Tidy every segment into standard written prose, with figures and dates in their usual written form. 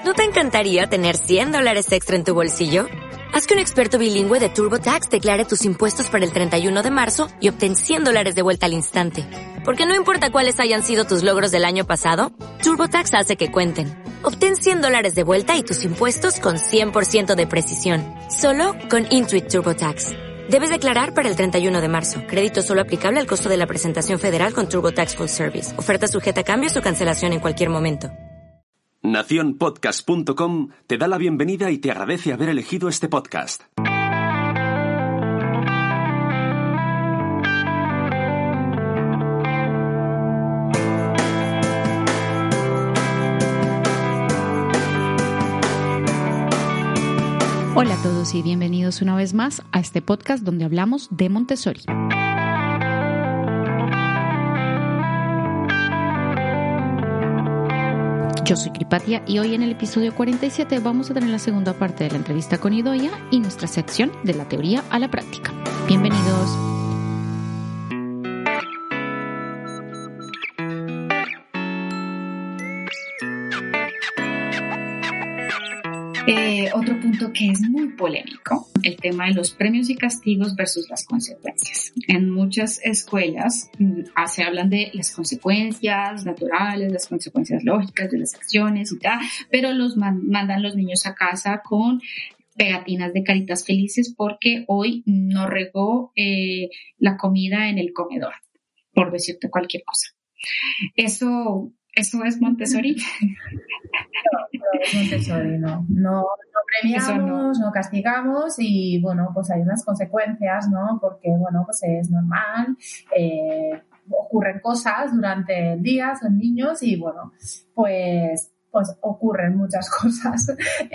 ¿No te encantaría tener $100 extra en tu bolsillo? Haz que un experto bilingüe de TurboTax declare tus impuestos para el 31 de marzo y obtén $100 de vuelta al instante. Porque no importa cuáles hayan sido tus logros del año pasado, TurboTax hace que cuenten. Obtén $100 de vuelta y tus impuestos con 100% de precisión. Solo con Intuit TurboTax. Debes declarar para el 31 de marzo. Crédito solo aplicable al costo de la presentación federal con TurboTax Full Service. Oferta sujeta a cambios o cancelación en cualquier momento. Nacionpodcast.com te da la bienvenida y te agradece haber elegido este podcast. Hola a todos y bienvenidos una vez más a este podcast donde hablamos de Montessori. Yo soy Kripatia y hoy en el episodio 47 vamos a tener la segunda parte de la entrevista con Idoia y nuestra sección de la teoría a la práctica. Bienvenidos. Otro punto que es muy polémico, el tema de los premios y castigos versus las consecuencias. En muchas escuelas se hablan de las consecuencias naturales, las consecuencias lógicas de las acciones y tal, pero los mandan los niños a casa con pegatinas de caritas felices porque hoy no regó la comida en el comedor, por decirte cualquier cosa. ¿Eso es Montessori? No es Montessori, no premiamos, no castigamos y, bueno, pues hay unas consecuencias, ¿no? Porque, bueno, pues es normal, ocurren cosas durante el día, son niños y, bueno, pues ocurren muchas cosas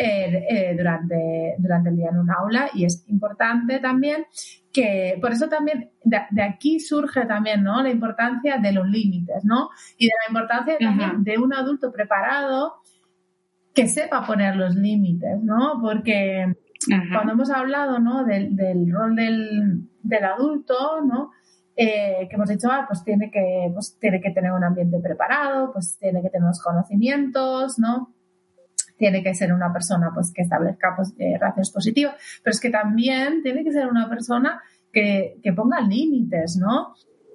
durante el día en un aula y es importante también que, por eso también, de aquí surge también, ¿no? La importancia de los límites, ¿no? Y de la importancia también de un adulto preparado que sepa poner los límites, ¿no? Porque cuando hemos hablado, ¿no? del rol del adulto, ¿no? Que hemos dicho, pues tiene que tener un ambiente preparado, pues tiene que tener unos conocimientos, ¿no? Tiene que ser una persona pues que establezca pues, relaciones positivas, pero es que también tiene que ser una persona que ponga límites, ¿no?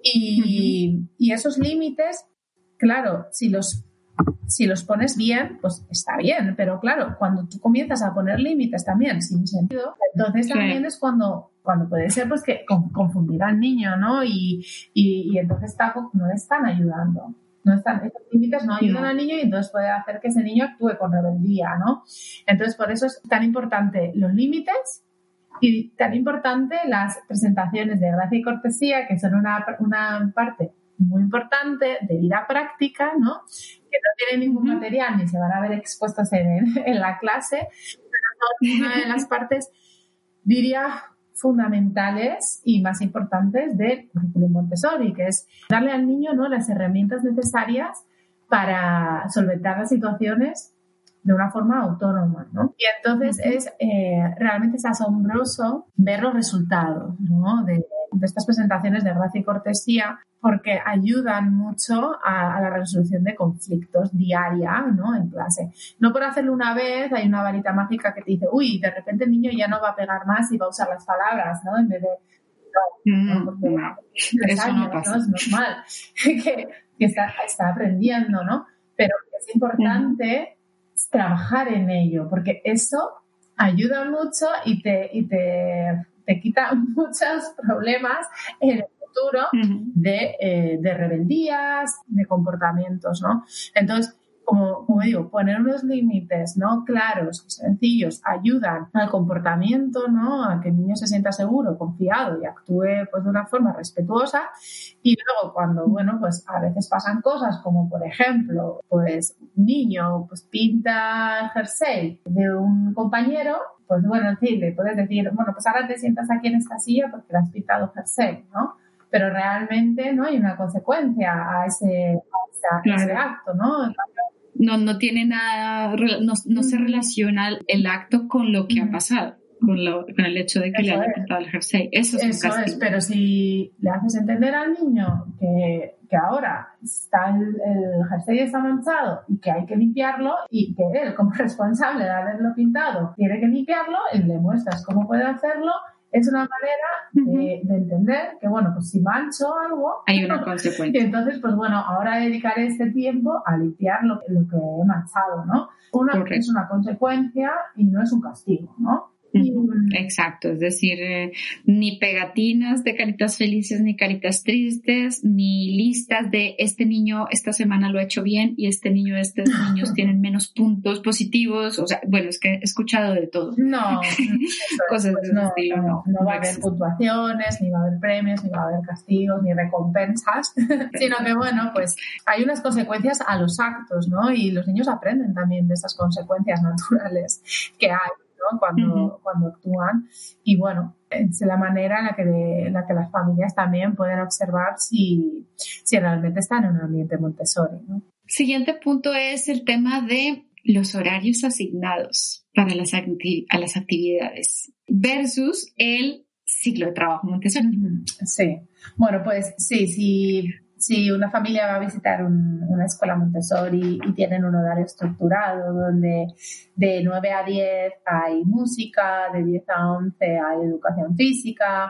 Y esos límites, claro, si los pones bien, pues está bien, pero claro, cuando tú comienzas a poner límites también sin sentido, entonces también es cuando puede ser pues que confundir al niño, ¿no? Y entonces no le están ayudando. Esos límites no ayudan al niño y entonces puede hacer que ese niño actúe con rebeldía, ¿no? Entonces, por eso es tan importante los límites y tan importante las presentaciones de gracia y cortesía, que son una parte muy importante de vida práctica, ¿no? Que no tienen ningún material ni se van a ver expuestos en la clase, pero son una de las partes, diría, fundamentales y más importantes del currículum Montessori, que es darle al niño, ¿no? Las herramientas necesarias para solventar las situaciones de una forma autónoma, ¿no? Y entonces realmente es asombroso ver los resultados, ¿no? de estas presentaciones de gracia y cortesía, porque ayudan mucho a la resolución de conflictos diaria, ¿no? En clase. No por hacerlo una vez, hay una varita mágica que te dice, uy, de repente el niño ya no va a pegar más y va a usar las palabras, ¿no? En vez de... No, porque eso años, no pasa. ¿no? Es normal que está aprendiendo, ¿no? Pero es importante trabajar en ello, porque eso ayuda mucho y te quita muchos problemas en el futuro de rebeldías, de comportamientos, ¿no? Entonces, como digo, poner unos límites, ¿no? Claros, sencillos, ayudan al comportamiento, ¿no? A que el niño se sienta seguro, confiado y actúe pues de una forma respetuosa. Y luego cuando, bueno, pues a veces pasan cosas como, por ejemplo, pues un niño pues pinta el jersey de un compañero, pues bueno, sí, le puedes decir, bueno, pues ahora te sientas aquí en esta silla porque le has pintado jersey, ¿no? Pero realmente no hay una consecuencia a ese acto, ¿no? No tiene nada, no se relaciona el acto con lo que ha pasado. con el hecho de que le haya pintado el jersey. Eso es, pero si le haces entender al niño que ahora está el jersey está manchado y que hay que limpiarlo y que él, como responsable de haberlo pintado, tiene que limpiarlo, y le muestras cómo puede hacerlo, es una manera de entender que, bueno, pues si mancho algo, hay una consecuencia. Y entonces, pues bueno, ahora dedicaré este tiempo a limpiar lo que he manchado, ¿no? Es una consecuencia y no es un castigo, ¿no? Exacto, es decir, ni pegatinas de caritas felices ni caritas tristes, ni listas de este niño esta semana lo ha hecho bien y estos niños tienen menos puntos positivos. O sea, bueno, es que he escuchado de todo. No, cosas pues de ese estilo. No va a haber puntuaciones, ni va a haber premios, ni va a haber castigos, ni recompensas, sino que, bueno, pues hay unas consecuencias a los actos, ¿no? Y los niños aprenden también de esas consecuencias naturales que hay, ¿no? Cuando actúan, y bueno, es la manera en la que las familias también pueden observar si realmente están en un ambiente Montessori, ¿no? Siguiente punto es el tema de los horarios asignados para a las actividades versus el ciclo de trabajo Montessori. Sí, bueno, pues sí. Si una familia va a visitar una escuela Montessori y tienen un horario estructurado donde de 9 a 10 hay música, de 10 a 11 hay educación física,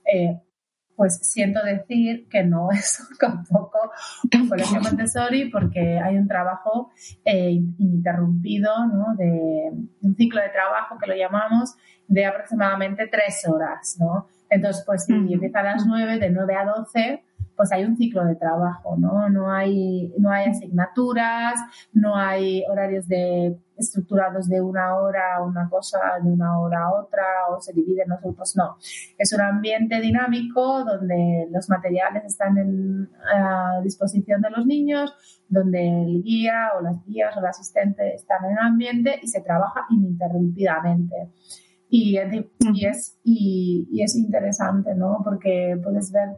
pues siento decir que no es tampoco un colegio Montessori, porque hay un trabajo ininterrumpido, ¿no? De un ciclo de trabajo que lo llamamos de aproximadamente 3 horas, ¿no? Entonces, pues si empieza a las 9, de 9 a 12, pues hay un ciclo de trabajo, ¿no? No hay asignaturas, no hay horarios estructurados de una hora a una cosa, de una hora a otra, o se dividen los grupos, no. Es un ambiente dinámico donde los materiales están a disposición de los niños, donde el guía o las guías o el asistente están en el ambiente y se trabaja ininterrumpidamente. Y es interesante, ¿no? Porque puedes ver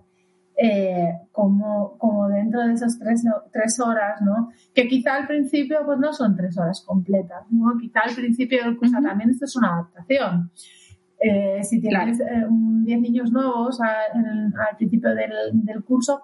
como dentro de esas 3 horas, ¿no? Que quizá al principio pues no son 3 horas completas, ¿no? Quizá al principio del curso también esto es una adaptación. Si tienes 10 niños nuevos al principio del curso,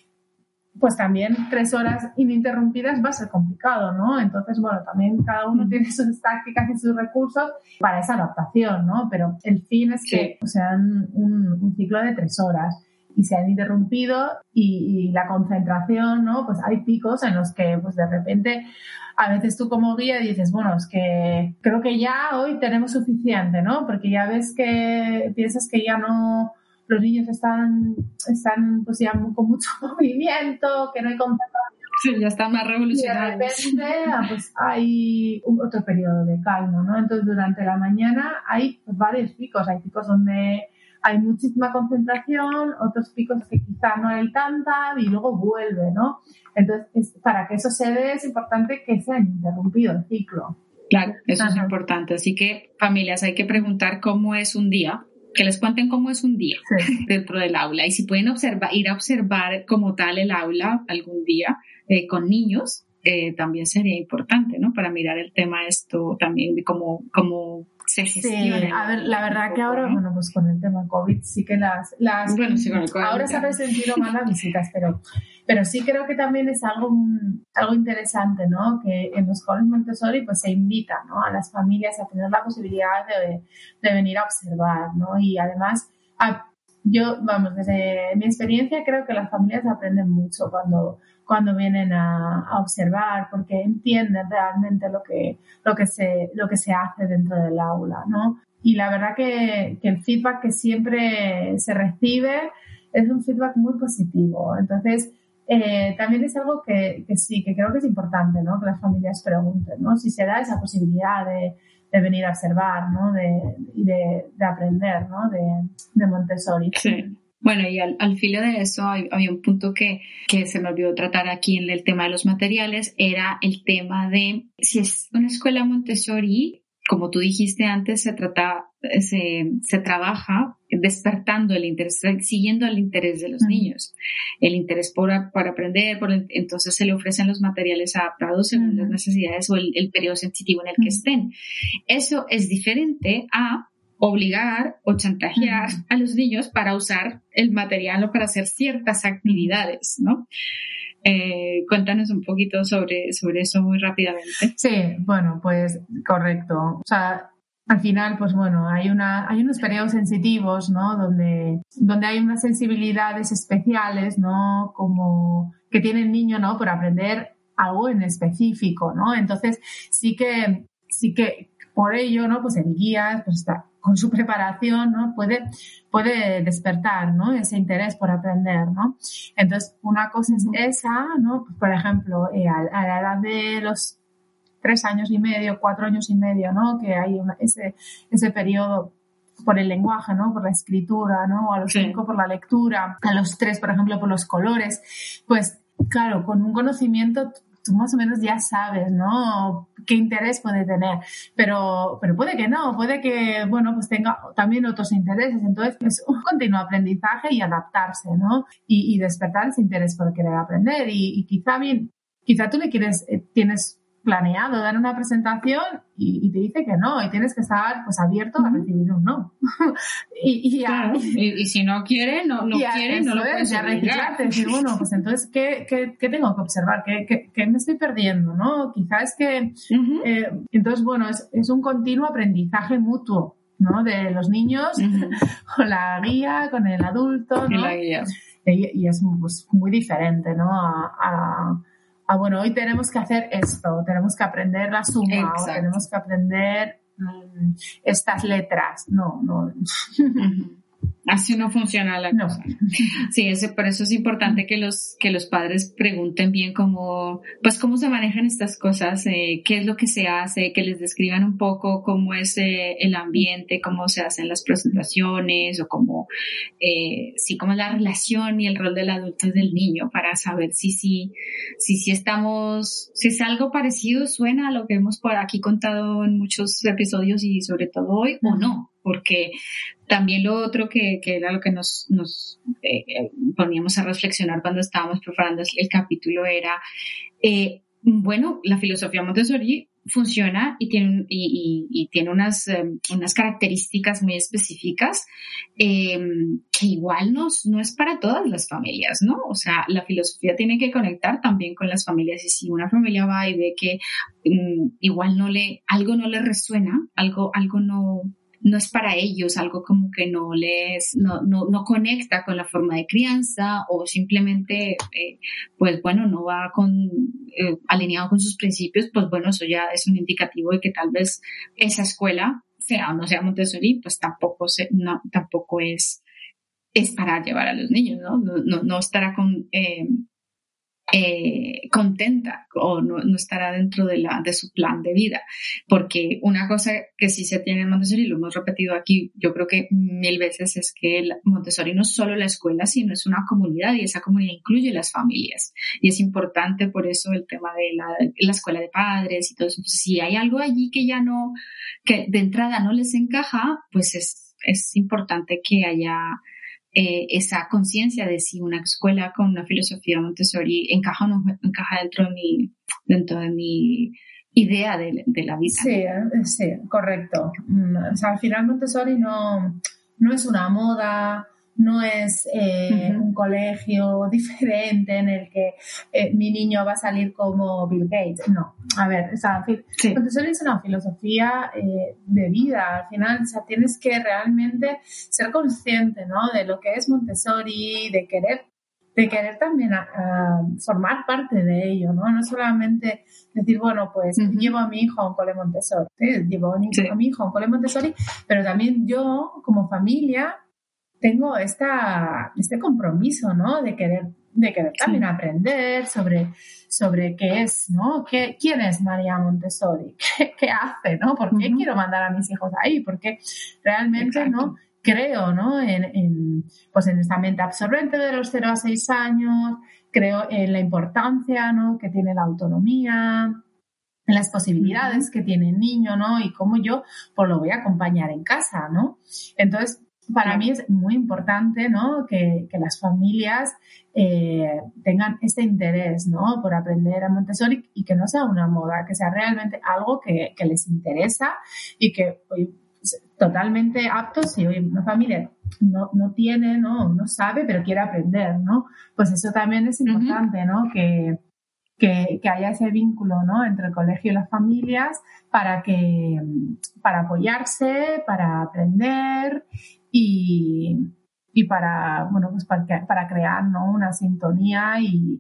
pues también 3 horas ininterrumpidas va a ser complicado, ¿no? Entonces, bueno, también cada uno tiene sus tácticas y sus recursos para esa adaptación, ¿no? Pero el fin es que sean un ciclo de 3 horas y se han interrumpido y la concentración, ¿no? Pues hay picos en los que, pues de repente, a veces tú como guía dices, bueno, es que creo que ya hoy tenemos suficiente, ¿no? Porque ya ves que piensas que ya no, los niños están pues ya con mucho movimiento, que no hay concentración. Sí, ya están más revolucionados. Y de repente, pues hay otro periodo de calma, ¿no? Entonces, durante la mañana hay pues, varios picos. Hay picos donde hay muchísima concentración, otros picos que quizá no hay tanta y luego vuelve, ¿no? Entonces, para que eso se dé es importante que sea interrumpido el ciclo. Claro, eso es importante. Así que, familias, hay que preguntar cómo es un día, que les cuenten cómo es un día dentro del aula. Y si pueden ir a observar como tal el aula algún día con niños, también sería importante, ¿no? Para mirar el tema esto también de cómo se gestiona. Sí, a ver, la verdad que ahora, bueno, pues con el tema COVID sí que bueno, sí, con el COVID, ahora se han resentido más las visitas, pero sí creo que también es algo interesante, ¿no? Que en los colegios Montessori pues se invita, ¿no? A las familias a tener la posibilidad de venir a observar, ¿no? Y además, yo, vamos, desde mi experiencia creo que las familias aprenden mucho cuando vienen a observar, porque entienden realmente lo que se hace dentro del aula, ¿no? Y la verdad que el feedback que siempre se recibe es un feedback muy positivo. Entonces, también es algo que sí, que creo que es importante, ¿no? Que las familias pregunten, ¿no? Si se da esa posibilidad de venir a observar, ¿no? Y de aprender, ¿no? De Montessori. Sí. Bueno, y al filo de eso había un punto que se me olvidó tratar aquí en el tema de los materiales, era el tema de si es una escuela Montessori, como tú dijiste antes, se trabaja despertando el interés, siguiendo el interés de los niños, el interés por aprender, entonces se le ofrecen los materiales adaptados según las necesidades o el periodo sensitivo en el que estén. Eso es diferente obligar o chantajear a los niños para usar el material o para hacer ciertas actividades, ¿no? Cuéntanos un poquito sobre eso muy rápidamente. Sí, bueno, pues correcto. O sea, al final, pues bueno, hay unos periodos sensitivos, ¿no? Donde hay unas sensibilidades especiales, ¿no? Como que tiene el niño, ¿no? Por aprender algo en específico, ¿no? Entonces, sí que por ello, ¿no? Pues el guía, pues está con su preparación, ¿no? Puede despertar, ¿no? Ese interés por aprender, ¿no? Entonces, una cosa es esa, ¿no? Pues, por ejemplo, a la edad de los 3 años y medio, 4 años y medio, ¿no? Que hay ese periodo por el lenguaje, ¿no? Por la escritura, ¿no? A los 5 por la lectura, a los 3, por ejemplo, por los colores. Pues, claro, con un conocimiento tú más o menos ya sabes, ¿no? Qué interés puede tener, pero puede que no, puede que, bueno, pues tenga también otros intereses. Entonces, es un continuo aprendizaje y adaptarse, ¿no? Y despertar ese interés por querer aprender. Y quizá tú tienes planeado dar una presentación y te dice que no, y tienes que estar pues abierto a recibir un no. Claro. Y si no quiere, no lo puedes ya reciclarte, decir, bueno, pues entonces, ¿qué tengo que observar? ¿Qué me estoy perdiendo? ¿No? Quizá es que, entonces, bueno, es un continuo aprendizaje mutuo, ¿no? De los niños con la guía, con el adulto, ¿no? Y la guía. Y es pues, muy diferente, ¿no? Bueno, hoy tenemos que hacer esto, tenemos que aprender la suma, o tenemos que aprender estas letras. No. Así no funciona la cosa. Sí, por eso es importante que los padres pregunten bien cómo se manejan estas cosas, qué es lo que se hace, que les describan un poco cómo es el ambiente, cómo se hacen las presentaciones o cómo es la relación y el rol del adulto y del niño para saber si es algo parecido, suena a lo que hemos por aquí contado en muchos episodios y sobre todo hoy o no. Porque también lo otro que era lo que nos poníamos a reflexionar cuando estábamos preparando el capítulo era, la filosofía Montessori funciona y tiene unas características muy específicas que igual no es para todas las familias, ¿no? O sea, la filosofía tiene que conectar también con las familias, y si una familia va y ve que igual algo no le resuena, algo no es para ellos, algo como que no conecta con la forma de crianza, o simplemente, no va alineado con sus principios, pues bueno, eso ya es un indicativo de que tal vez esa escuela, sea o no sea Montessori, pues tampoco es para llevar a los niños, ¿no? No estará contenta o no estará dentro de su plan de vida, porque una cosa que sí se tiene en Montessori, lo hemos repetido aquí yo creo que 1000 veces, es que Montessori no es solo la escuela, sino es una comunidad, y esa comunidad incluye las familias, y es importante por eso el tema de la escuela de padres y todo eso. Entonces, si hay algo allí que de entrada no les encaja, pues es importante que haya esa conciencia de si una escuela con una filosofía Montessori encaja o no encaja dentro de mi idea de la vida. Sí, correcto. O sea, al final Montessori no es una moda, no es un colegio diferente en el que mi niño va a salir como Bill Gates. No, a ver, Montessori es una filosofía de vida. Al final, o sea, tienes que realmente ser consciente, ¿no? De lo que es Montessori, de querer también formar parte de ello, ¿no? No solamente decir, bueno, pues llevo a mi hijo a un cole Montessori, llevo a mi hijo a un cole Montessori, pero también yo, como familia, tengo este compromiso, ¿no? De querer también aprender sobre qué es, ¿no? ¿Quién es María Montessori? ¿Qué hace, ¿no? ¿Por qué quiero mandar a mis hijos ahí? Porque realmente, ¿no? Creo, ¿no? En esta mente absorbente de los 0 a 6 años, creo en la importancia, ¿no? Que tiene la autonomía, en las posibilidades que tiene el niño, ¿no? Y cómo yo pues lo voy a acompañar en casa, ¿no? Entonces, para mí es muy importante, ¿no? Que las familias tengan ese interés, ¿no? Por aprender a Montessori, y que no sea una moda, que sea realmente algo que les interesa y que totalmente aptos si hoy una familia no tiene, no sabe, pero quiere aprender, ¿no? Pues eso también es importante, ¿no? Que haya ese vínculo, ¿no? Entre el colegio y las familias para apoyarse, para aprender y para, bueno, pues para crear, ¿no? Una sintonía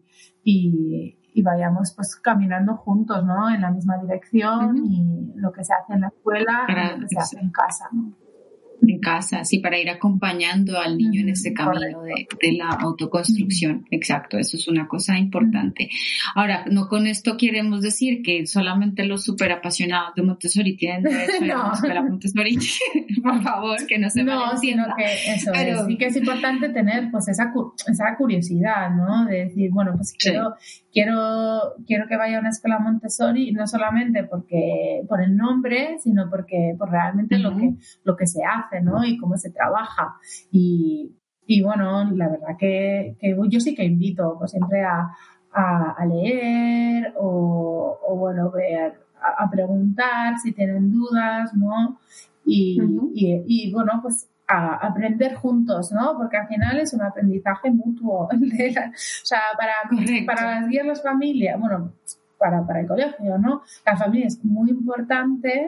y vayamos pues caminando juntos, ¿no? En la misma dirección y lo que se hace en la escuela y lo que se hace en casa, ¿no? En casa, sí, para ir acompañando al niño en ese camino de la autoconstrucción. Exacto, eso es una cosa importante. Ahora, no con esto queremos decir que solamente los súper apasionados de Montessori tienen derecho a ir a una escuela Montessori. Por favor, que no se malentienda. Sino que eso es. Sí que es importante tener pues esa curiosidad, ¿no? De decir, bueno, pues quiero que vaya a una escuela Montessori, no solamente por el nombre, sino porque por realmente lo que se hace, ¿no? Y cómo se trabaja. Y bueno, la verdad que yo sí que invito pues siempre a leer o bueno, ver, a preguntar si tienen dudas, ¿no? Y bueno, pues a aprender juntos, ¿no? Porque al final es un aprendizaje mutuo. O sea, para las guías, las familias, bueno, para el colegio, ¿no? La familia es muy importante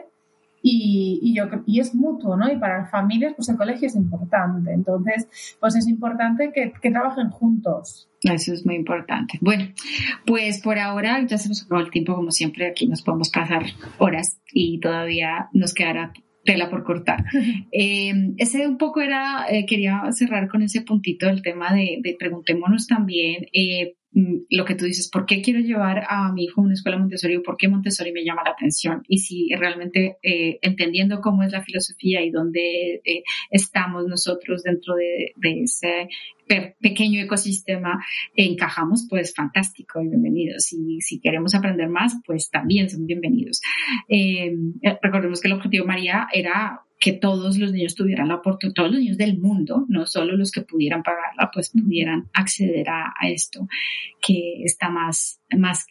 y es mutuo, ¿no? Y para las familias, pues el colegio es importante. Entonces, pues es importante que trabajen juntos. Eso es muy importante. Bueno, pues por ahora ya se nos acabó el tiempo, como siempre. Aquí nos podemos pasar horas y todavía nos quedará tela por cortar. Ese un poco quería cerrar con ese puntito del tema de preguntémonos también lo que tú dices, ¿por qué quiero llevar a mi hijo a una escuela Montessori o por qué Montessori me llama la atención? Y si realmente entendiendo cómo es la filosofía y dónde estamos nosotros dentro de ese pequeño ecosistema encajamos, pues fantástico y bienvenidos. Y si queremos aprender más, pues también son bienvenidos. Recordemos que el objetivo, María, era que todos los niños tuvieran la oportunidad, todos los niños del mundo, no solo los que pudieran pagarla, pues pudieran acceder a esto que está más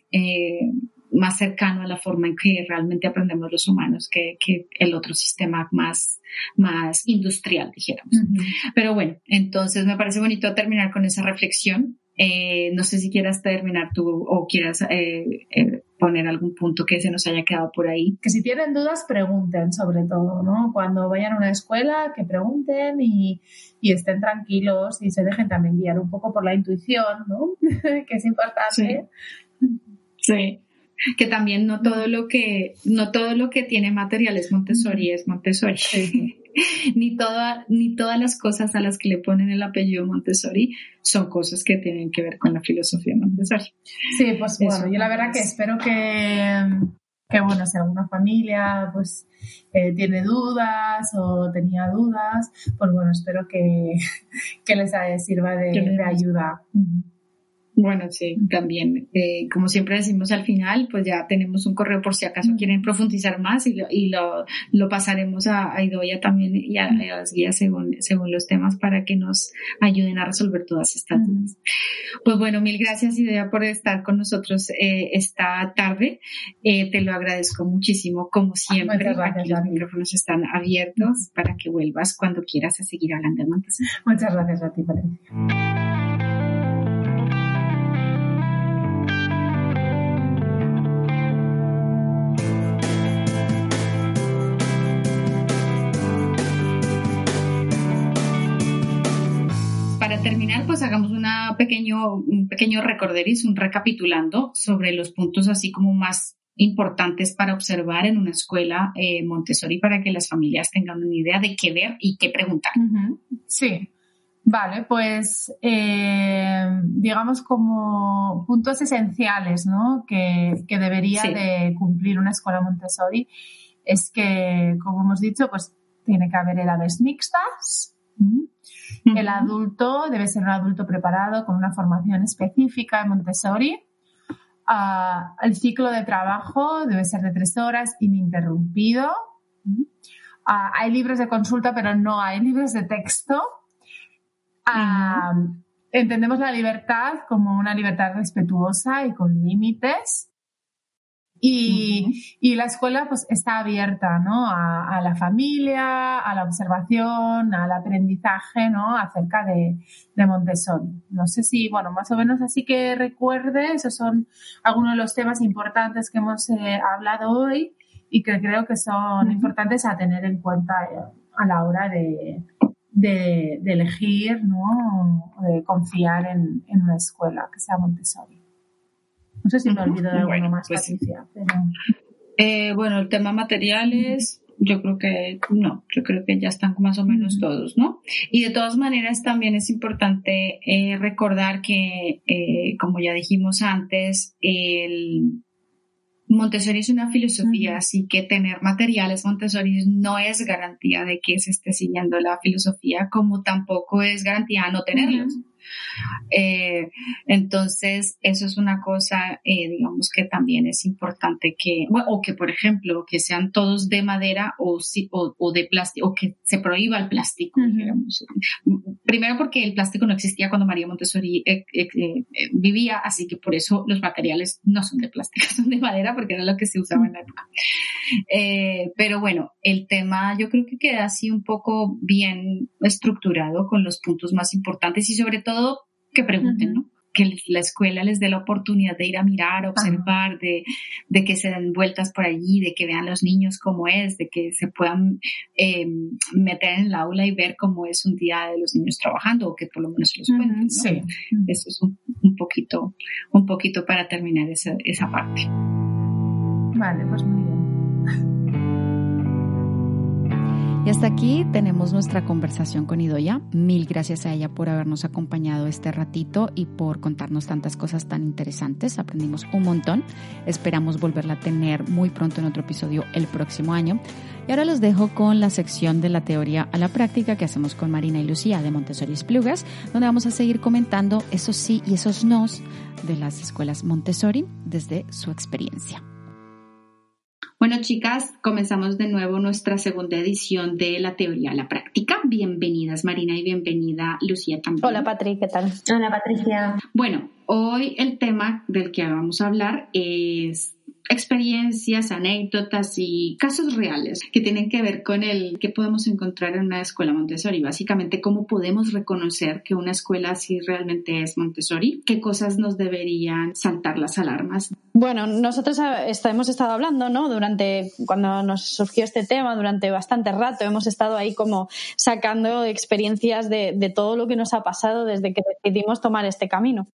cercano a la forma en que realmente aprendemos los humanos que el otro sistema más industrial, dijéramos. Pero bueno, entonces me parece bonito terminar con esa reflexión. No sé si quieras terminar tú o quieras poner algún punto que se nos haya quedado por ahí. Que si tienen dudas, pregunten, sobre todo, ¿no? Cuando vayan a una escuela, que pregunten y estén tranquilos y se dejen también guiar un poco por la intuición, ¿no? Que es importante. Sí. Que también no todo lo que tiene material es Montessori, es Montessori. Sí. ni todas las cosas a las que le ponen el apellido Montessori son cosas que tienen que ver con la filosofía Montessori. Sí, pues bueno, yo la verdad que espero que bueno, si alguna familia pues tiene dudas o tenía dudas, pues bueno, espero que les sirva de ayuda. Bueno, sí, también, como siempre decimos al final, pues ya tenemos un correo por si acaso quieren profundizar más y lo pasaremos a Idoia también y a las guías según los temas para que nos ayuden a resolver todas estas dudas. Pues bueno, mil gracias Idoia por estar con nosotros esta tarde. Te lo agradezco muchísimo, como siempre. Muchas gracias, aquí los micrófonos están abiertos para que vuelvas cuando quieras a seguir hablando de Montessori. Muchas gracias a ti, Patricia. Para terminar, pues hagamos un pequeño recorderis, un recapitulando sobre los puntos así como más importantes para observar en una escuela Montessori para que las familias tengan una idea de qué ver y qué preguntar. Sí, vale, pues digamos como puntos esenciales, ¿no? que debería de cumplir una escuela Montessori es que, como hemos dicho, pues tiene que haber edades mixtas. El adulto debe ser un adulto preparado con una formación específica en Montessori. El ciclo de trabajo debe ser de 3 horas ininterrumpido. Hay libros de consulta, pero no hay libros de texto. Entendemos la libertad como una libertad respetuosa y con límites. Y la escuela pues está abierta, ¿no? A la familia, a la observación, al aprendizaje, ¿no? Acerca de Montessori. No sé si, bueno, más o menos así que recuerde, esos son algunos de los temas importantes que hemos hablado hoy y que creo que son importantes a tener en cuenta a la hora de elegir, ¿no? De confiar en una escuela que sea Montessori. No sé si me olvido de alguno más, pues, Patricia. Pero... bueno, el tema materiales, yo creo que ya están más o menos todos, ¿no? Y de todas maneras también es importante recordar que, como ya dijimos antes, el Montessori es una filosofía, así que tener materiales Montessori no es garantía de que se esté siguiendo la filosofía, como tampoco es garantía no tenerlos. Entonces, eso es una cosa, digamos que también es importante o que, por ejemplo, que sean todos de madera o de plástico, o que se prohíba el plástico, digamos. Primero porque el plástico no existía cuando María Montessori vivía, así que por eso los materiales no son de plástico, son de madera, porque era lo que se usaba en la época. Pero bueno, el tema yo creo que queda así un poco bien estructurado con los puntos más importantes y sobre todo que pregunten, ¿no? Que la escuela les dé la oportunidad de ir a mirar, observar, de que se den vueltas por allí, de que vean los niños cómo es, de que se puedan meter en el aula y ver cómo es un día de los niños trabajando, o que por lo menos se los cuenten, ¿no? Sí. Eso es un poquito para terminar esa parte. Vale, pues muy bien. Y hasta aquí tenemos nuestra conversación con Idoia. Mil gracias a ella por habernos acompañado este ratito y por contarnos tantas cosas tan interesantes. Aprendimos un montón. Esperamos volverla a tener muy pronto en otro episodio el próximo año. Y ahora los dejo con la sección de la teoría a la práctica que hacemos con Marina y Lucía de Montessori Esplugas, donde vamos a seguir comentando esos sí y esos nos de las escuelas Montessori desde su experiencia. Bueno, chicas, comenzamos de nuevo nuestra segunda edición de la teoría a la práctica. Bienvenidas, Marina, y bienvenida, Lucía, también. Hola, Patri, ¿qué tal? Hola, Patricia. Bueno, hoy el tema del que vamos a hablar es experiencias, anécdotas y casos reales que tienen que ver con el que podemos encontrar en una escuela Montessori. Básicamente, cómo podemos reconocer que una escuela sí realmente es Montessori, qué cosas nos deberían saltar las alarmas. Bueno, nosotros hemos estado hablando, ¿no? Cuando nos surgió este tema, durante bastante rato, hemos estado ahí como sacando experiencias de todo lo que nos ha pasado desde que decidimos tomar este camino.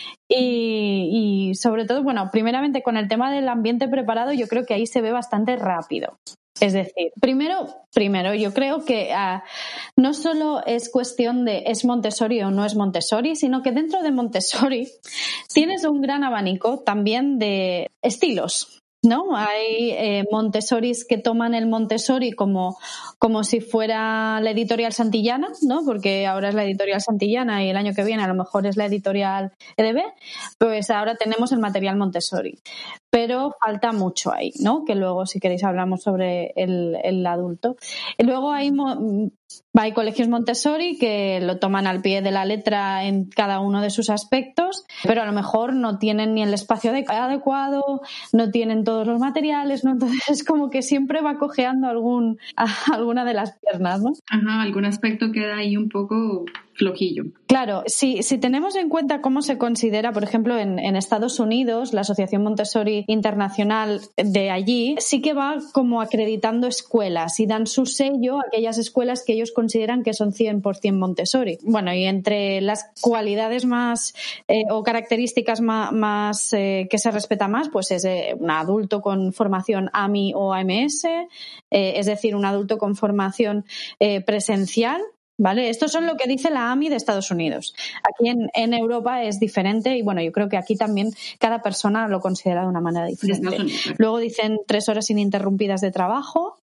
Y sobre todo, bueno, primeramente con el tema del ambiente preparado, yo creo que ahí se ve bastante rápido. Es decir, primero yo creo que no solo es cuestión de es Montessori o no es Montessori, sino que dentro de Montessori tienes un gran abanico también de estilos, ¿no? Hay Montessoris que toman el Montessori como si fuera la editorial Santillana, ¿no? Porque ahora es la editorial Santillana y el año que viene a lo mejor es la editorial EDB, pues ahora tenemos el material Montessori. Pero falta mucho ahí, ¿no? Que luego, si queréis, hablamos sobre el adulto. Y luego hay colegios Montessori que lo toman al pie de la letra en cada uno de sus aspectos, pero a lo mejor no tienen ni el espacio adecuado, no tienen todos los materiales, ¿no? Entonces es como que siempre va cojeando alguna de las piernas, ¿no? Ajá, algún aspecto queda ahí un poco flojillo. Claro, si tenemos en cuenta cómo se considera, por ejemplo, en Estados Unidos, la Asociación Montessori Internacional de allí, sí que va como acreditando escuelas y dan su sello a aquellas escuelas que ellos consideran que son 100% Montessori. Bueno, y entre las cualidades más o características más que se respeta más, pues es un adulto con formación AMI o AMS, es decir, un adulto con formación presencial. ¿Vale? Estos son lo que dice la AMI de Estados Unidos. Aquí en Europa es diferente y bueno, yo creo que aquí también cada persona lo considera de una manera diferente. Luego dicen 3 horas ininterrumpidas de trabajo,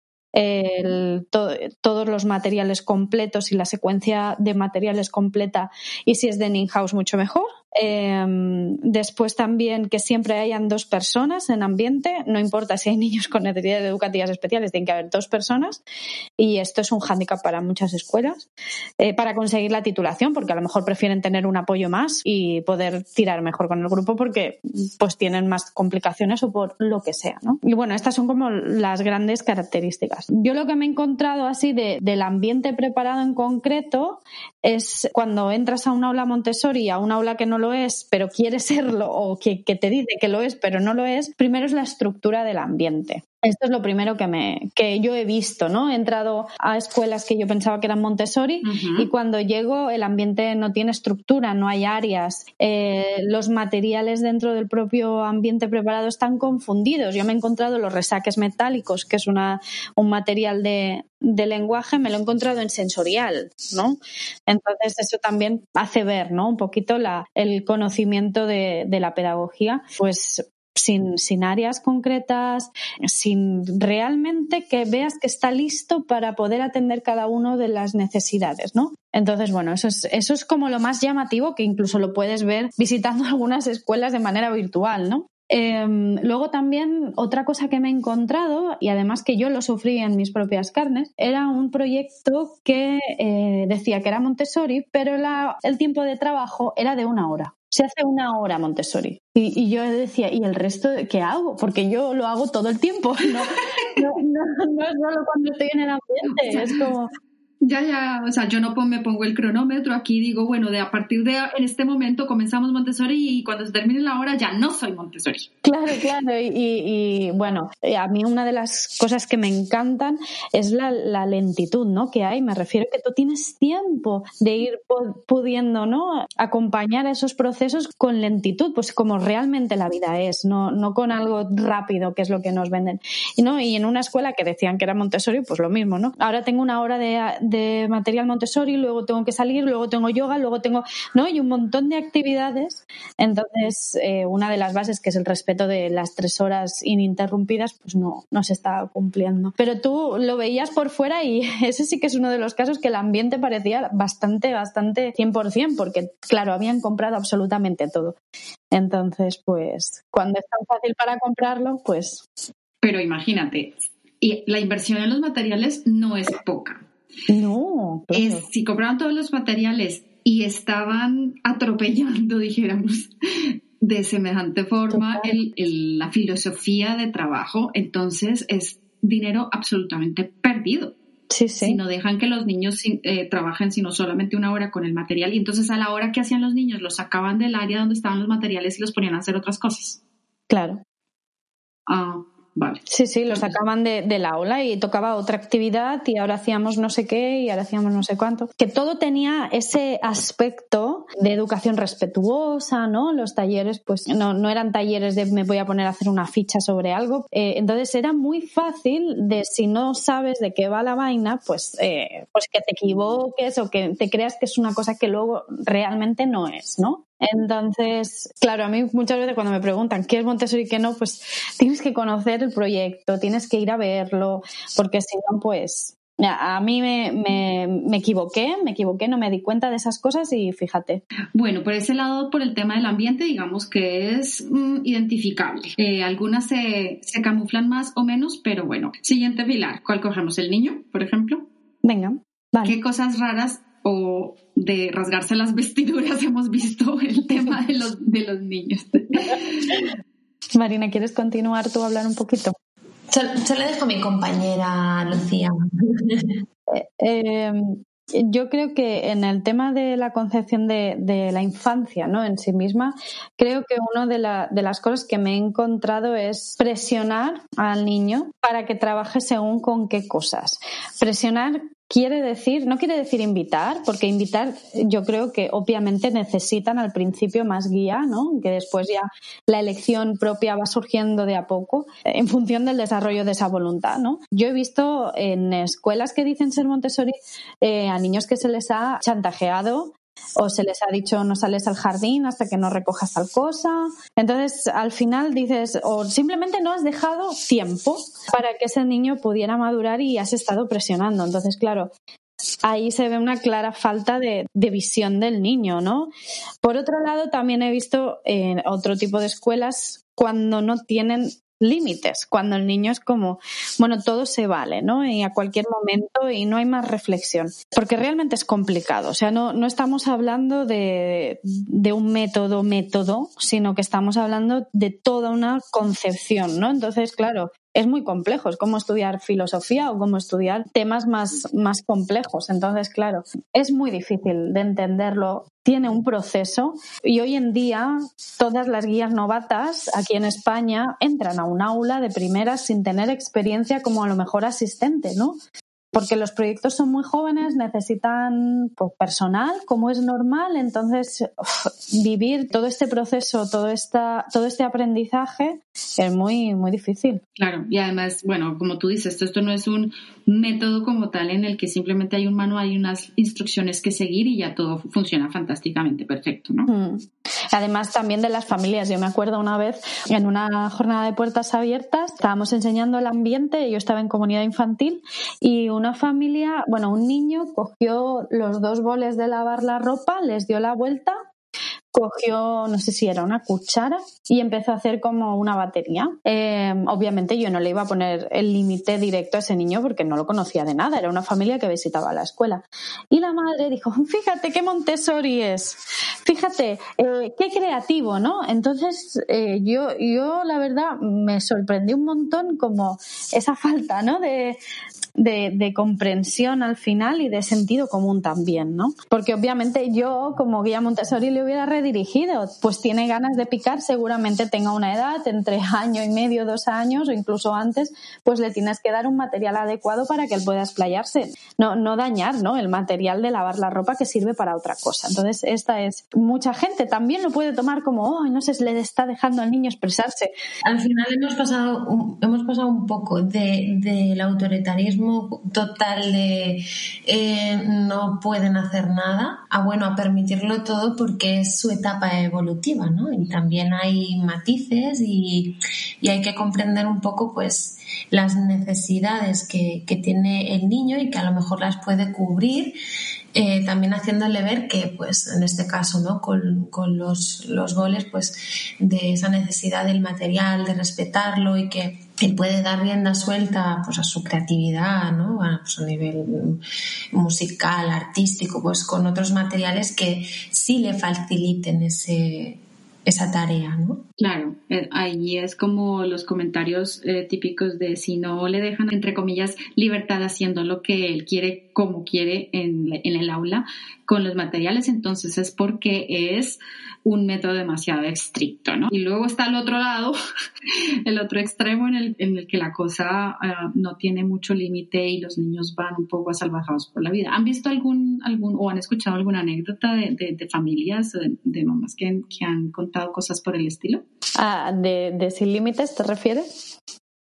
todos los materiales completos y la secuencia de materiales completa, y si es de in-house mucho mejor. Después también que siempre hayan 2 personas en ambiente, no importa si hay niños con necesidades educativas especiales, tienen que haber 2 personas, y esto es un hándicap para muchas escuelas para conseguir la titulación, porque a lo mejor prefieren tener un apoyo más y poder tirar mejor con el grupo porque pues tienen más complicaciones o por lo que sea, ¿no? Y bueno, estas son como las grandes características. Yo lo que me he encontrado así del ambiente preparado en concreto es cuando entras a un aula Montessori, a un aula que no lo es, pero quiere serlo, o que te dice que lo es, pero no lo es. Primero es la estructura del ambiente. Esto es lo primero que yo he visto, ¿no? He entrado a escuelas que yo pensaba que eran Montessori y cuando llego el ambiente no tiene estructura, no hay áreas. Los materiales dentro del propio ambiente preparado están confundidos. Yo me he encontrado los resaques metálicos, que es un material de lenguaje, me lo he encontrado en sensorial, ¿no? Entonces eso también hace ver, ¿no? Un poquito el conocimiento de la pedagogía, pues sin áreas concretas, sin realmente que veas que está listo para poder atender cada uno de las necesidades, ¿no? Entonces, bueno, eso es como lo más llamativo, que incluso lo puedes ver visitando algunas escuelas de manera virtual, ¿no? Luego también otra cosa que me he encontrado, y además que yo lo sufrí en mis propias carnes, era un proyecto que decía que era Montessori, pero el tiempo de trabajo era de 1 hora. Se hace 1 hora Montessori. Y yo decía, ¿y el resto qué hago? Porque yo lo hago todo el tiempo. No es solo cuando estoy en el ambiente. Es como... Ya, o sea, yo no me pongo el cronómetro aquí, digo, bueno, a partir de en este momento comenzamos Montessori y cuando se termine la hora ya no soy Montessori. Claro, y bueno, a mí una de las cosas que me encantan es la lentitud, ¿no? Que hay, me refiero que tú tienes tiempo de ir pudiendo, ¿no? Acompañar esos procesos con lentitud, pues como realmente la vida es, no con algo rápido, que es lo que nos venden. Y en una escuela que decían que era Montessori, pues lo mismo, ¿no? Ahora tengo 1 hora de material Montessori, luego tengo que salir, luego tengo yoga, luego tengo, ¿no? Y un montón de actividades. Entonces, una de las bases, que es el respeto de las 3 horas ininterrumpidas, pues no se está cumpliendo. Pero tú lo veías por fuera y ese sí que es uno de los casos que el ambiente parecía bastante 100%, porque, claro, habían comprado absolutamente todo. Entonces, pues, cuando es tan fácil para comprarlo, pues... Pero imagínate, y la inversión en los materiales no es poca. No, claro. Si compraban todos los materiales y estaban atropellando, dijéramos, de semejante forma la filosofía de trabajo, entonces es dinero absolutamente perdido. Sí. Si no dejan que los niños trabajen sino solamente 1 hora con el material, y entonces a la hora que hacían los niños los sacaban del área donde estaban los materiales y los ponían a hacer otras cosas. Claro. Vale. Sí, lo sacaban del aula y tocaba otra actividad y ahora hacíamos no sé qué y ahora hacíamos no sé cuánto. Que todo tenía ese aspecto de educación respetuosa, ¿no? Los talleres, pues no eran talleres de me voy a poner a hacer una ficha sobre algo. Entonces era muy fácil de, si no sabes de qué va la vaina, pues que te equivoques o que te creas que es una cosa que luego realmente no es, ¿no? Entonces, claro, a mí muchas veces cuando me preguntan qué es Montessori y qué no, pues tienes que conocer el proyecto, tienes que ir a verlo, porque si no, pues a mí me equivoqué, no me di cuenta de esas cosas y fíjate. Bueno, por ese lado, por el tema del ambiente, digamos que es identificable. Algunas se camuflan más o menos, pero bueno. Siguiente pilar, ¿cuál cogemos? ¿El niño, por ejemplo? Venga, vale. ¿Qué cosas raras o de rasgarse las vestiduras hemos visto el tema de los niños? Marina, ¿quieres continuar tú a hablar un poquito? Yo le dejo a mi compañera Lucía. Yo creo que en el tema de la concepción de la infancia, ¿no? En sí misma, creo que una de las cosas que me he encontrado es presionar al niño para que trabaje según con qué cosas. Presionar no quiere decir invitar, porque invitar yo creo que obviamente necesitan al principio más guía, ¿no? Que después ya la elección propia va surgiendo de a poco en función del desarrollo de esa voluntad, ¿no? Yo he visto en escuelas que dicen ser Montessori a niños que se les ha chantajeado o se les ha dicho no sales al jardín hasta que no recojas tal cosa. Entonces, al final dices, o simplemente no has dejado tiempo para que ese niño pudiera madurar y has estado presionando. Entonces, claro, ahí se ve una clara falta de visión del niño, ¿no? Por otro lado, también he visto en otro tipo de escuelas cuando no tienen límites, cuando el niño es como, bueno, todo se vale, ¿no? Y a cualquier momento y no hay más reflexión, porque realmente es complicado, o sea, no estamos hablando de un método, sino que estamos hablando de toda una concepción, ¿no? Entonces, claro, es muy complejo, es como estudiar filosofía o como estudiar temas más complejos. Entonces, claro, es muy difícil de entenderlo, tiene un proceso y hoy en día todas las guías novatas aquí en España entran a un aula de primeras sin tener experiencia como a lo mejor asistente, ¿no? Porque los proyectos son muy jóvenes, necesitan personal, como es normal, entonces vivir todo este proceso, todo este aprendizaje es muy, muy difícil. Claro, y además, bueno, como tú dices, esto no es un método como tal en el que simplemente hay un manual y unas instrucciones que seguir y ya todo funciona fantásticamente perfecto, ¿no? Además también de las familias. Yo me acuerdo una vez en una jornada de puertas abiertas, estábamos enseñando el ambiente, yo estaba en comunidad infantil y una familia, bueno, un niño cogió los 2 boles de lavar la ropa, les dio la vuelta, cogió, no sé si era una cuchara y empezó a hacer como una batería. Obviamente yo no le iba a poner el límite directo a ese niño porque no lo conocía de nada, era una familia que visitaba la escuela. Y la madre dijo, fíjate qué Montessori es, fíjate, qué creativo, ¿no? Entonces yo la verdad me sorprendí un montón como esa falta, ¿no? de comprensión al final y de sentido común también, ¿no? Porque obviamente yo como guía Montessori le hubiera redirigido, pues tiene ganas de picar, seguramente tenga una edad entre 1 año y medio, 2 años o incluso antes, pues le tienes que dar un material adecuado para que él pueda explayarse, no dañar, ¿no? El material de lavar la ropa que sirve para otra cosa. Entonces mucha gente también lo puede tomar como, no sé, le está dejando al niño expresarse. Al final hemos pasado un poco del autoritarismo total de no pueden hacer nada a permitirlo todo porque es su etapa evolutiva, ¿no? Y también hay matices y hay que comprender un poco pues las necesidades que tiene el niño y que a lo mejor las puede cubrir, también haciéndole ver que pues en este caso, ¿no? con los boles, pues de esa necesidad del material, de respetarlo y que él puede dar rienda suelta pues a su creatividad, ¿no? Pues a nivel musical, artístico, pues con otros materiales que sí le faciliten esa tarea, ¿no? Claro, ahí es como los comentarios típicos de si no le dejan, entre comillas, libertad haciendo lo que él quiere, como quiere en el aula, con los materiales, entonces es porque es un método demasiado estricto, ¿no? Y luego está el otro lado, el otro extremo en el que la cosa no tiene mucho límite y los niños van un poco asalvajados por la vida. ¿Han visto algún o han escuchado alguna anécdota de familias, de mamás que han contado cosas por el estilo? ¿De sin límites te refieres?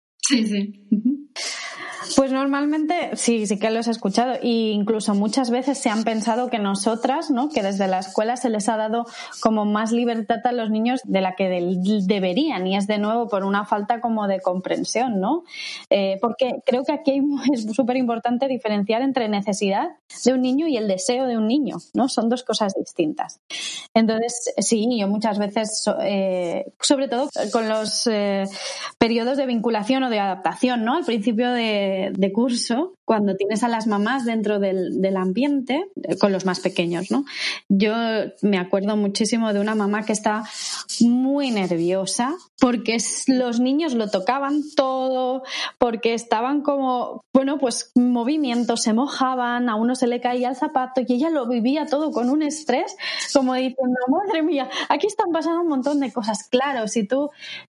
Sí. Uh-huh. Pues normalmente sí que los he escuchado e incluso muchas veces se han pensado que nosotras, ¿no? Que desde la escuela se les ha dado como más libertad a los niños de la que deberían y es de nuevo por una falta como de comprensión, ¿no? Porque creo que aquí es súper importante diferenciar entre necesidad de un niño y el deseo de un niño, ¿no? Son 2 cosas distintas. Entonces, sí, yo muchas veces, sobre todo con los periodos de vinculación o de adaptación, ¿no? Al principio de curso, cuando tienes a las mamás dentro del ambiente, con los más pequeños, ¿no? Yo me acuerdo muchísimo de una mamá que estaba muy nerviosa porque los niños lo tocaban todo, porque estaban como, pues movimientos, se mojaban, a uno se le caía el zapato y ella lo vivía todo con un estrés, como diciendo, madre mía, aquí están pasando un montón de cosas. Claro, si tú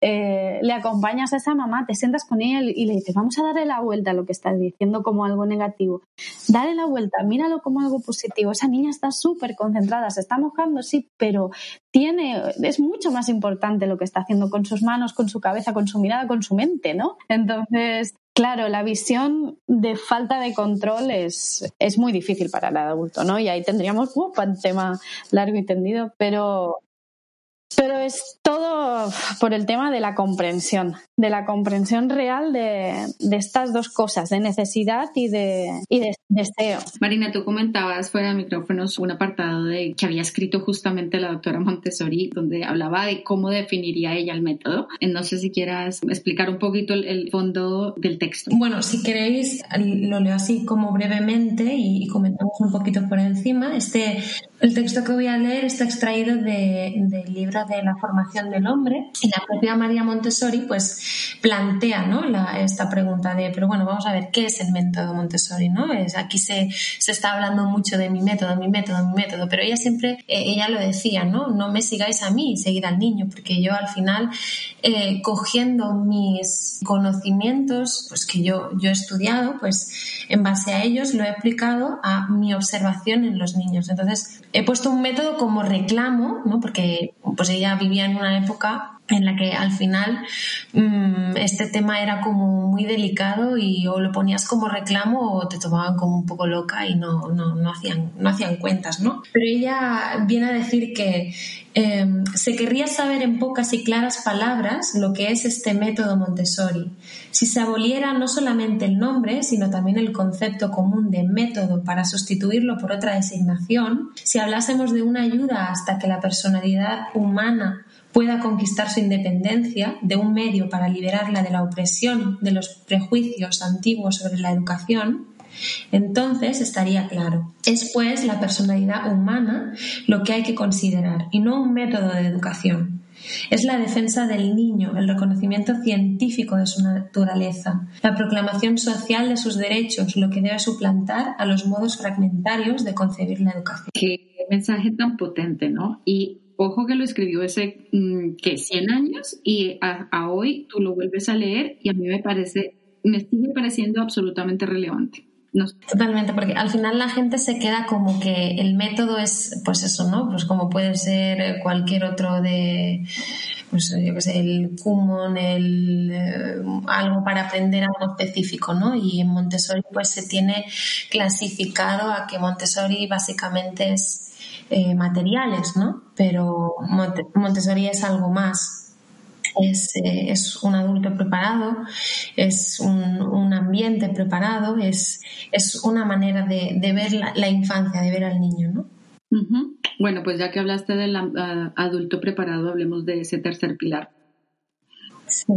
le acompañas a esa mamá, te sientas con ella y le dices, vamos a darle la vuelta a lo que estás diciendo como algo negativo. Dale la vuelta, míralo como algo positivo. Esa niña está súper concentrada, se está mojando, sí, pero es mucho más importante lo que está haciendo con sus manos, con su cabeza, con su mirada, con su mente, ¿no? Entonces, claro, la visión de falta de control es muy difícil para el adulto, ¿no? Y ahí tendríamos un tema largo y tendido, pero Pero es todo por el tema de la comprensión real de estas dos cosas, de necesidad y de deseo. Marina, tú comentabas fuera de micrófonos un apartado que había escrito justamente la doctora Montessori, donde hablaba de cómo definiría ella el método. No sé si quieras explicar un poquito el fondo del texto. Bueno, si queréis, lo leo así como brevemente y comentamos un poquito por encima. El texto que voy a leer está extraído del libro de la formación del hombre, y la propia María Montessori pues plantea, ¿no?, esta pregunta pero bueno, vamos a ver, ¿qué es el método Montessori?, ¿no? Aquí se está hablando mucho de mi método, pero ella siempre, ella lo decía, no me sigáis a mí, seguid al niño, porque yo al final, cogiendo mis conocimientos pues que yo he estudiado, pues en base a ellos lo he aplicado a mi observación en los niños. Entonces he puesto un método como reclamo, ¿no?, porque pues ella vivía en una época en la que al final este tema era como muy delicado y o lo ponías como reclamo o te tomaban como un poco loca y no hacían cuentas, ¿no? Pero ella viene a decir que se querría saber en pocas y claras palabras lo que es este método Montessori. Si se aboliera no solamente el nombre, sino también el concepto común de método para sustituirlo por otra designación, si hablásemos de una ayuda hasta que la personalidad humana pueda conquistar su independencia, de un medio para liberarla de la opresión de los prejuicios antiguos sobre la educación, entonces estaría claro. Es pues la personalidad humana lo que hay que considerar y no un método de educación. Es la defensa del niño, el reconocimiento científico de su naturaleza, la proclamación social de sus derechos, lo que debe suplantar a los modos fragmentarios de concebir la educación. Qué mensaje tan potente, ¿no? Y ojo que lo escribió hace 100 años y a hoy tú lo vuelves a leer y a mí me sigue pareciendo absolutamente relevante. No sé. Totalmente, porque al final la gente se queda como que el método es, pues eso, ¿no? Pues como puede ser cualquier otro de, pues yo qué sé, el Kumon, algo para aprender algo específico, ¿no? Y en Montessori pues se tiene clasificado a que Montessori básicamente es materiales, ¿no? Pero Montessori es algo más. Es un adulto preparado, es un ambiente preparado, es una manera de ver la infancia, de ver al niño, ¿no? Uh-huh. Bueno, pues ya que hablaste del adulto preparado, hablemos de ese tercer pilar. Sí.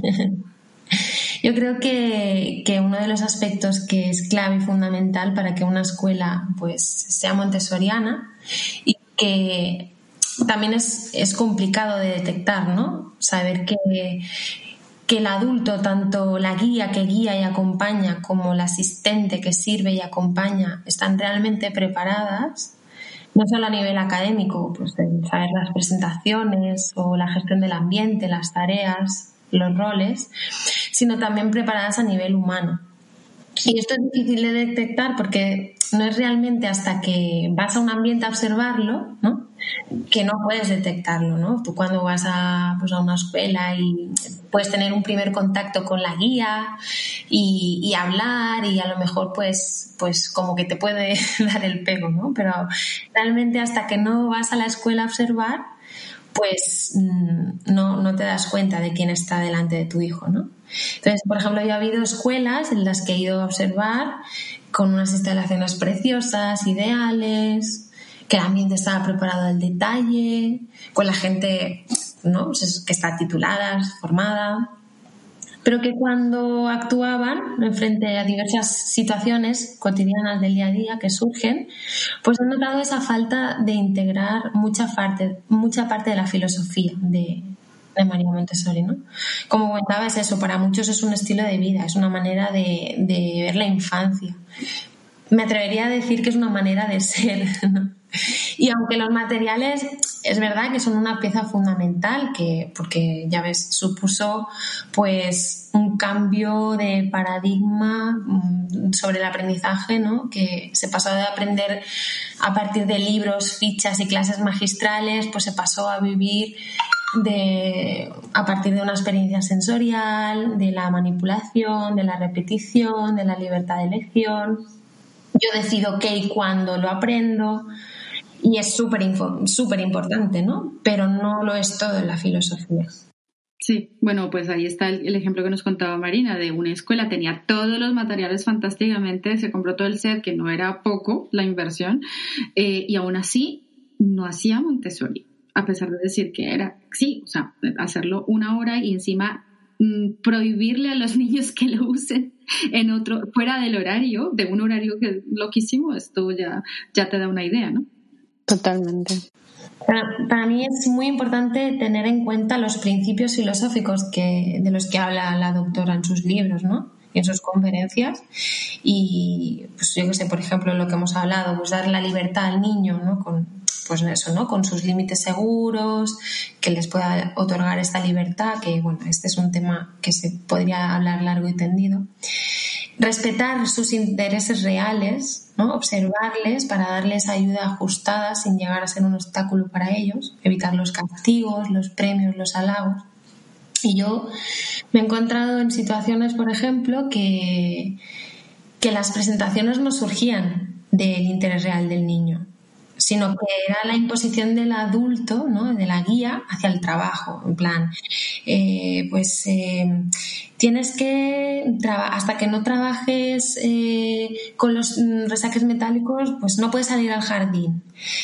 Yo creo que uno de los aspectos que es clave y fundamental para que una escuela pues sea montessoriana y que también es complicado de detectar, ¿no? Saber que el adulto, tanto la guía que guía y acompaña como la asistente que sirve y acompaña, están realmente preparadas, no solo a nivel académico, pues de saber las presentaciones o la gestión del ambiente, las tareas, los roles, sino también preparadas a nivel humano. Y esto es difícil de detectar porque no es realmente hasta que vas a un ambiente a observarlo, ¿no?, que no puedes detectarlo, ¿no? Tú cuando vas a una escuela y puedes tener un primer contacto con la guía y hablar y a lo mejor pues como que te puede dar el pego, ¿no? Pero realmente hasta que no vas a la escuela a observar, pues no te das cuenta de quién está delante de tu hijo, ¿no? Entonces, por ejemplo, yo he habido escuelas en las que he ido a observar con unas instalaciones preciosas, ideales, que el ambiente estaba preparado al detalle, con la gente, ¿no?, pues que está titulada, formada, pero que cuando actuaban frente a diversas situaciones cotidianas del día a día que surgen, pues he notado esa falta de integrar mucha parte de la filosofía de María Montessori, ¿no? Como comentaba, es eso, para muchos es un estilo de vida, es una manera de ver la infancia. Me atrevería a decir que es una manera de ser, ¿no? Y aunque los materiales es verdad que son una pieza fundamental, porque ya ves, supuso pues un cambio de paradigma sobre el aprendizaje, ¿no?, que se pasó de aprender a partir de libros, fichas y clases magistrales, pues se pasó a vivir a partir de una experiencia sensorial, de la manipulación, de la repetición, de la libertad de elección. Yo decido qué y cuándo lo aprendo. Y es súper importante, ¿no? Pero no lo es todo en la filosofía. Sí, bueno, pues ahí está el ejemplo que nos contaba Marina de una escuela, tenía todos los materiales fantásticamente, se compró todo el set, que no era poco la inversión, y aún así no hacía Montessori, a pesar de decir que era, sí, o sea, hacerlo 1 hora y encima prohibirle a los niños que lo usen en otro, fuera del horario, de un horario que es loquísimo, esto ya te da una idea, ¿no? Totalmente. Para mí es muy importante tener en cuenta los principios filosóficos de los que habla la doctora en sus libros, ¿no? Y en sus conferencias. Y pues yo que sé, por ejemplo, lo que hemos hablado, pues dar la libertad al niño, ¿no? Pues eso, ¿no? Con sus límites seguros, que les pueda otorgar esta libertad, que bueno, este es un tema que se podría hablar largo y tendido. Respetar sus intereses reales, ¿no? Observarles para darles ayuda ajustada sin llegar a ser un obstáculo para ellos, evitar los castigos, los premios, los halagos. Y yo me he encontrado en situaciones, por ejemplo, que las presentaciones no surgían del interés real del niño, sino que era la imposición del adulto, ¿no? De la guía hacia el trabajo, en plan, tienes que hasta que no trabajes con los resaques metálicos, pues no puedes salir al jardín,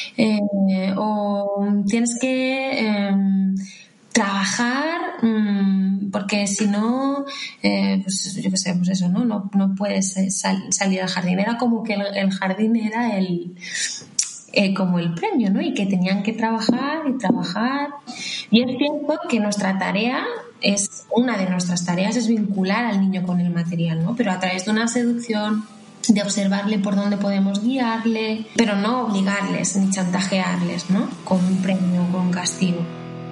o tienes que trabajar porque si no, pues yo qué sé, pues eso, no puedes salir al jardín. Era como que el jardín era como el premio, ¿no? Y que tenían que trabajar y trabajar. Y es cierto que una de nuestras tareas es vincular al niño con el material, ¿no? Pero a través de una seducción, de observarle por dónde podemos guiarle, pero no obligarles ni chantajearles, ¿no? Con un premio o con un castigo.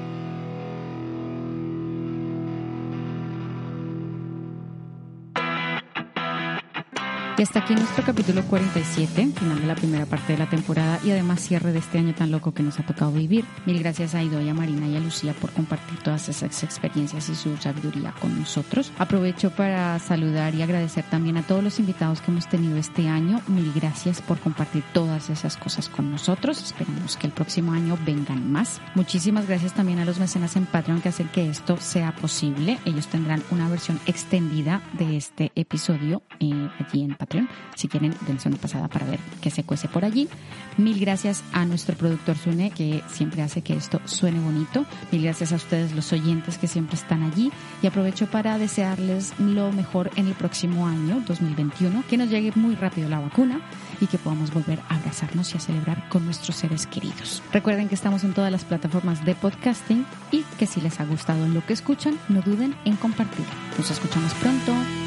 Y hasta aquí nuestro capítulo 47, final de la primera parte de la temporada y además cierre de este año tan loco que nos ha tocado vivir. Mil gracias a Idoia, a Marina y a Lucía por compartir todas esas experiencias y su sabiduría con nosotros. Aprovecho para saludar y agradecer también a todos los invitados que hemos tenido este año. Mil gracias por compartir todas esas cosas con nosotros. Esperamos que el próximo año vengan más. Muchísimas gracias también a los mecenas en Patreon que hacen que esto sea posible. Ellos tendrán una versión extendida de este episodio allí en Patreon. Si quieren, dense una pasada para ver qué se cuece por allí. Mil gracias a nuestro productor Sune, que siempre hace que esto suene bonito. Mil gracias a ustedes, los oyentes, que siempre están allí. Y aprovecho para desearles lo mejor en el próximo año, 2021, que nos llegue muy rápido la vacuna y que podamos volver a abrazarnos y a celebrar con nuestros seres queridos. Recuerden que estamos en todas las plataformas de podcasting y que si les ha gustado lo que escuchan, no duden en compartir. Nos escuchamos pronto.